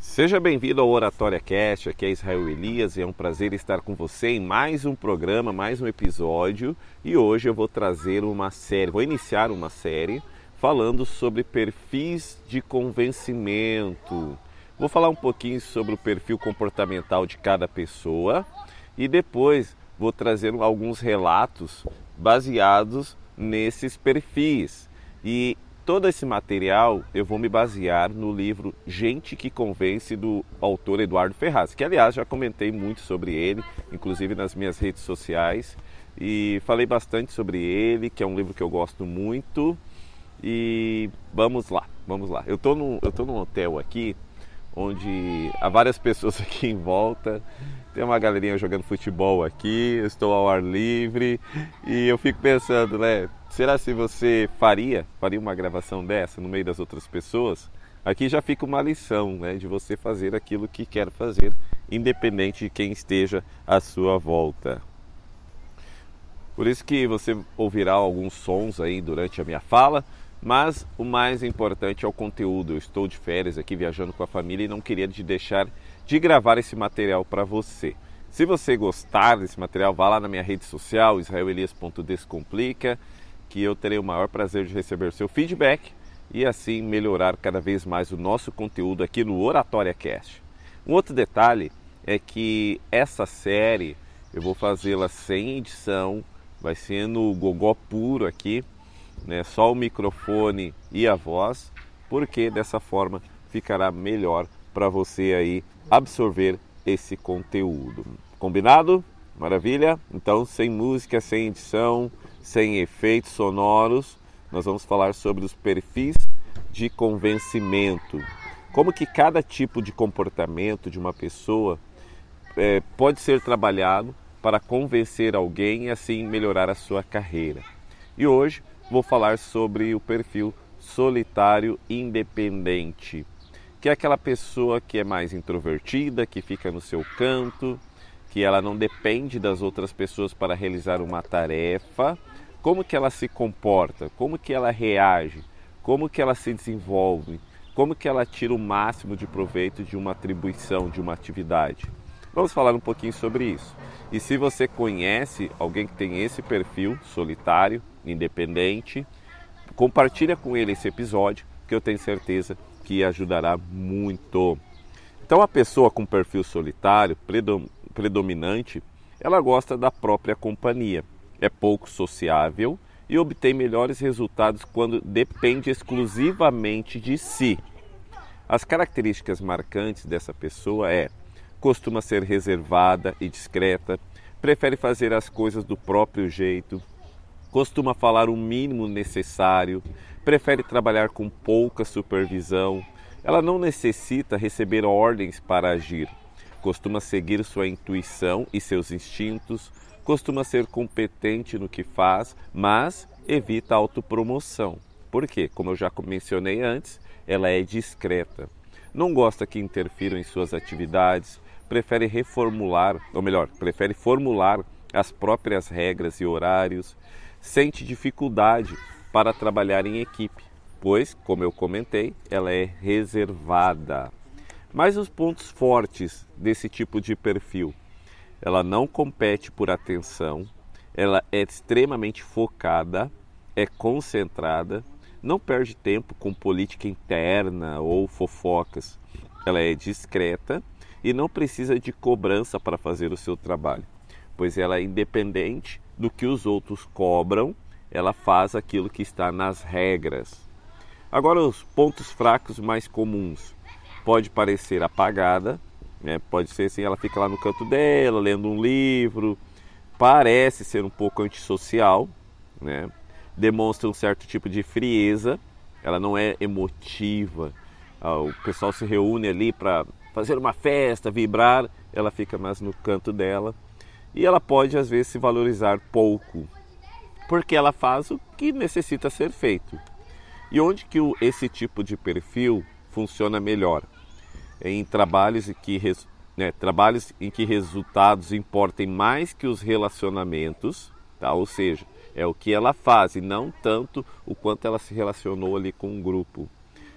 Seja bem-vindo ao Oratória Cast, aqui é Israel Elias e é um prazer estar com você em mais um programa, mais um episódio. E hoje eu vou trazer uma série, vou iniciar uma série falando sobre perfis de convencimento. Vou falar um pouquinho sobre o perfil comportamental de cada pessoa e depois vou trazer alguns relatos baseados nesses perfis. E todo esse material eu vou me basear no livro Gente que Convence, do autor Eduardo Ferraz, que aliás já comentei muito sobre ele, inclusive nas minhas redes sociais, e falei bastante sobre ele, que é um livro que eu gosto muito. E vamos lá. Eu tô num hotel aqui, onde há várias pessoas aqui em volta, tem uma galerinha jogando futebol aqui, eu estou ao ar livre e eu fico pensando, né? Será se você faria uma gravação dessa no meio das outras pessoas? Aqui já fica uma lição, né, de você fazer aquilo que quer fazer, independente de quem esteja à sua volta. Por isso que você ouvirá alguns sons aí durante a minha fala, mas o mais importante é o conteúdo. Eu estou de férias aqui viajando com a família e não queria deixar de gravar esse material para você. Se você gostar desse material, vá lá na minha rede social, israelelias.descomplica, que eu terei o maior prazer de receber o seu feedback e assim melhorar cada vez mais o nosso conteúdo aqui no Oratória Cast. Um outro detalhe é que essa série eu vou fazê-la sem edição, vai ser no gogó puro aqui, né? Só o microfone e a voz, porque dessa forma ficará melhor para você aí absorver esse conteúdo. Combinado? Maravilha? Então, sem música, sem edição, sem efeitos sonoros, nós vamos falar sobre os perfis de convencimento. Como que cada tipo de comportamento de uma pessoa pode ser trabalhado para convencer alguém e assim melhorar a sua carreira. E hoje vou falar sobre o perfil solitário independente, que é aquela pessoa que é mais introvertida, que fica no seu canto, que ela não depende das outras pessoas para realizar uma tarefa. Como que ela se comporta, como que ela reage, como que ela se desenvolve, como que ela tira o máximo de proveito de uma atribuição, de uma atividade. Vamos falar um pouquinho sobre isso. E se você conhece alguém que tem esse perfil solitário, independente, compartilha com ele esse episódio, que eu tenho certeza que ajudará muito. Então, a pessoa com perfil solitário, predominante, ela gosta da própria companhia, é pouco sociável e obtém melhores resultados quando depende exclusivamente de si. As características marcantes dessa pessoa costuma ser reservada e discreta, prefere fazer as coisas do próprio jeito, costuma falar o mínimo necessário, prefere trabalhar com pouca supervisão, ela não necessita receber ordens para agir, costuma seguir sua intuição e seus instintos, costuma ser competente no que faz, mas evita a autopromoção. Por quê? Como eu já mencionei antes, ela é discreta. Não gosta que interfiram em suas atividades, prefere formular as próprias regras e horários, sente dificuldade para trabalhar em equipe, pois, como eu comentei, ela é reservada. Mas os pontos fortes desse tipo de perfil: ela não compete por atenção, ela é extremamente focada, é concentrada, não perde tempo com política interna ou fofocas. Ela é discreta e não precisa de cobrança para fazer o seu trabalho, pois ela é independente do que os outros cobram, ela faz aquilo que está nas regras. Agora, os pontos fracos mais comuns: pode parecer apagada, pode ser assim, ela fica lá no canto dela, lendo um livro, parece ser um pouco antissocial, né? Demonstra um certo tipo de frieza, ela não é emotiva. O pessoal se reúne ali para fazer uma festa, vibrar, ela fica mais no canto dela. E ela pode, às vezes, se valorizar pouco, porque ela faz o que necessita ser feito. E onde que esse tipo de perfil funciona melhor? Em trabalhos em que resultados importem mais que os relacionamentos, tá? Ou seja, é o que ela faz e não tanto o quanto ela se relacionou ali com um grupo.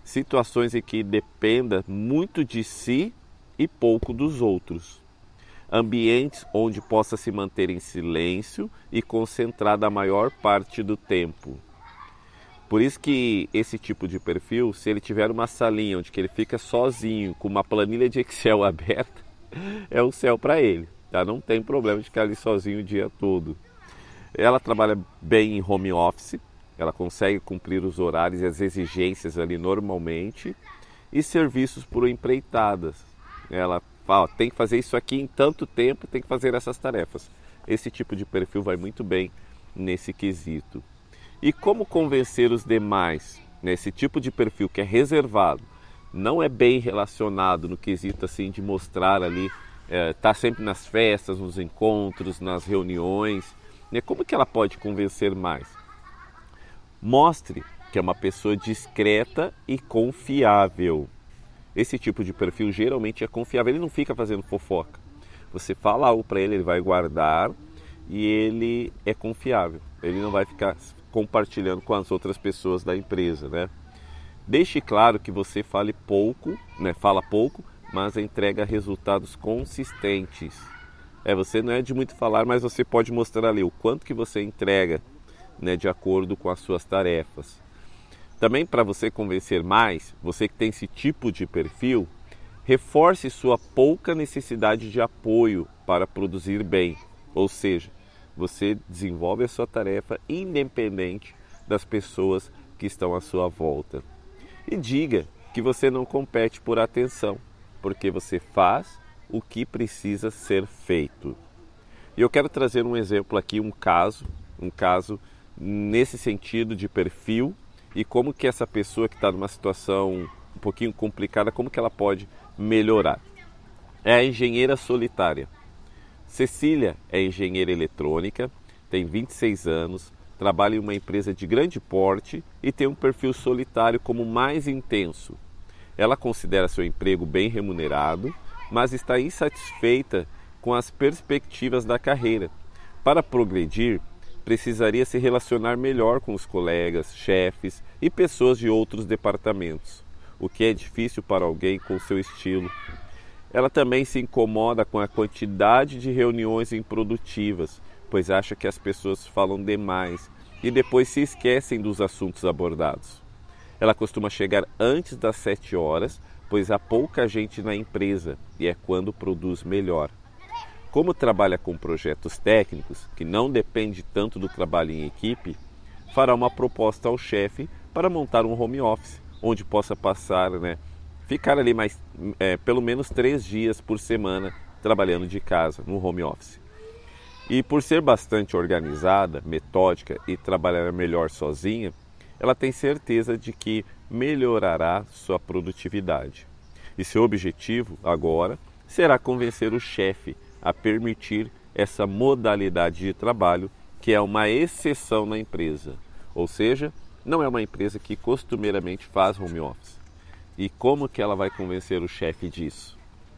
situações em que dependa muito de si e pouco dos outros. Ambientes onde possa se manter em silêncio e concentrado a maior parte do tempo. Por isso que esse tipo de perfil, se ele tiver uma salinha onde que ele fica sozinho, com uma planilha de Excel aberta, é o céu para ele. Tá? Não tem problema de ficar ali sozinho o dia todo. Ela trabalha bem em home office, ela consegue cumprir os horários e as exigências ali normalmente, e serviços por empreitadas. Ela fala, tem que fazer isso aqui em tanto tempo, tem que fazer essas tarefas. Esse tipo de perfil vai muito bem nesse quesito. E como convencer os demais? Esse tipo de perfil que é reservado, não é bem relacionado no quesito assim de mostrar ali, tá sempre nas festas, nos encontros, nas reuniões. Como que ela pode convencer mais? Mostre que é uma pessoa discreta e confiável. Esse tipo de perfil geralmente é confiável, ele não fica fazendo fofoca. Você fala algo para ele, ele vai guardar e ele é confiável. Ele não vai ficar compartilhando com as outras pessoas da empresa, né? Deixe claro que você fala pouco, mas entrega resultados consistentes. Você não é de muito falar, mas você pode mostrar ali o quanto que você entrega, né, de acordo com as suas tarefas. Também para você convencer mais, você que tem esse tipo de perfil, reforce sua pouca necessidade de apoio para produzir bem. Ou seja, você desenvolve a sua tarefa independente das pessoas que estão à sua volta. E diga que você não compete por atenção, porque você faz o que precisa ser feito. E eu quero trazer um exemplo aqui, um caso nesse sentido de perfil e como que essa pessoa que está numa situação um pouquinho complicada, como que ela pode melhorar. É a engenheira solitária. Cecília é engenheira eletrônica, tem 26 anos, trabalha em uma empresa de grande porte e tem um perfil solitário como mais intenso. Ela considera seu emprego bem remunerado, mas está insatisfeita com as perspectivas da carreira. Para progredir, precisaria se relacionar melhor com os colegas, chefes e pessoas de outros departamentos, o que é difícil para alguém com seu estilo. Ela também se incomoda com a quantidade de reuniões improdutivas, pois acha que as pessoas falam demais e depois se esquecem dos assuntos abordados. Ela costuma chegar antes das 7 horas, pois há pouca gente na empresa e é quando produz melhor. Como trabalha com projetos técnicos, que não depende tanto do trabalho em equipe, fará uma proposta ao chefe para montar um home office, onde possa ficar ali pelo menos 3 dias por semana trabalhando de casa, no home office. E por ser bastante organizada, metódica e trabalhar melhor sozinha, ela tem certeza de que melhorará sua produtividade. E seu objetivo agora será convencer o chefe a permitir essa modalidade de trabalho, que é uma exceção na empresa. Ou seja, não é uma empresa que costumeiramente faz home office. E como que ela vai convencer o chefe disso?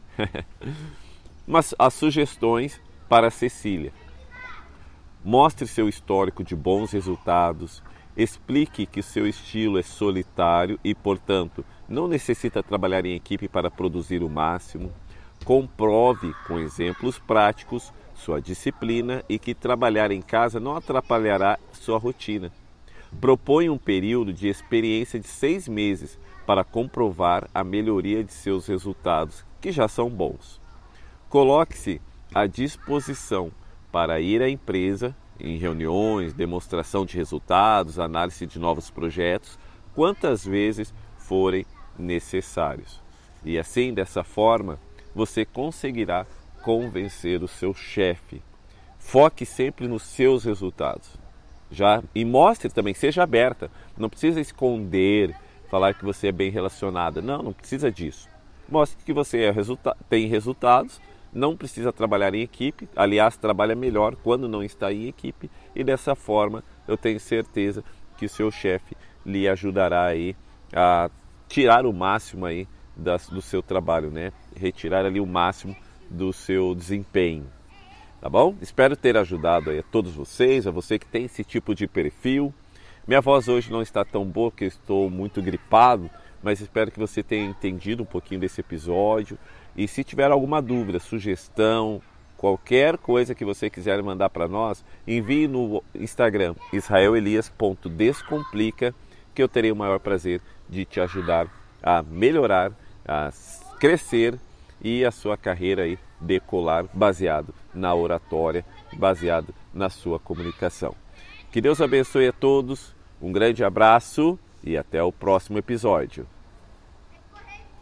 Mas as sugestões para a Cecília. Mostre seu histórico de bons resultados, explique que seu estilo é solitário e, portanto, não necessita trabalhar em equipe para produzir o máximo. Comprove com exemplos práticos sua disciplina e que trabalhar em casa não atrapalhará sua rotina. Propõe um período de experiência de 6 meses para comprovar a melhoria de seus resultados, que já são bons. Coloque-se à disposição para ir à empresa em reuniões, demonstração de resultados, análise de novos projetos, quantas vezes forem necessários. E assim, dessa forma, você conseguirá convencer o seu chefe. Foque sempre nos seus resultados. E mostre também, seja aberta. Não precisa esconder, falar que você é bem relacionada. Não precisa disso. Mostre que você tem resultados, não precisa trabalhar em equipe. Aliás, trabalha melhor quando não está em equipe. E dessa forma, eu tenho certeza que o seu chefe lhe ajudará aí a tirar o máximo aí do seu trabalho, né? Retirar ali o máximo do seu desempenho. Tá bom? Espero ter ajudado aí a todos vocês, a você que tem esse tipo de perfil. Minha voz hoje não está tão boa porque eu estou muito gripado, mas espero que você tenha entendido um pouquinho desse episódio. E se tiver alguma dúvida, sugestão, qualquer coisa que você quiser mandar para nós, envie no Instagram israelelias.descomplica, que eu terei o maior prazer de te ajudar a melhorar, a crescer e a sua carreira aí decolar baseado na oratória, baseado na sua comunicação. Que Deus abençoe a todos, um grande abraço e até o próximo episódio.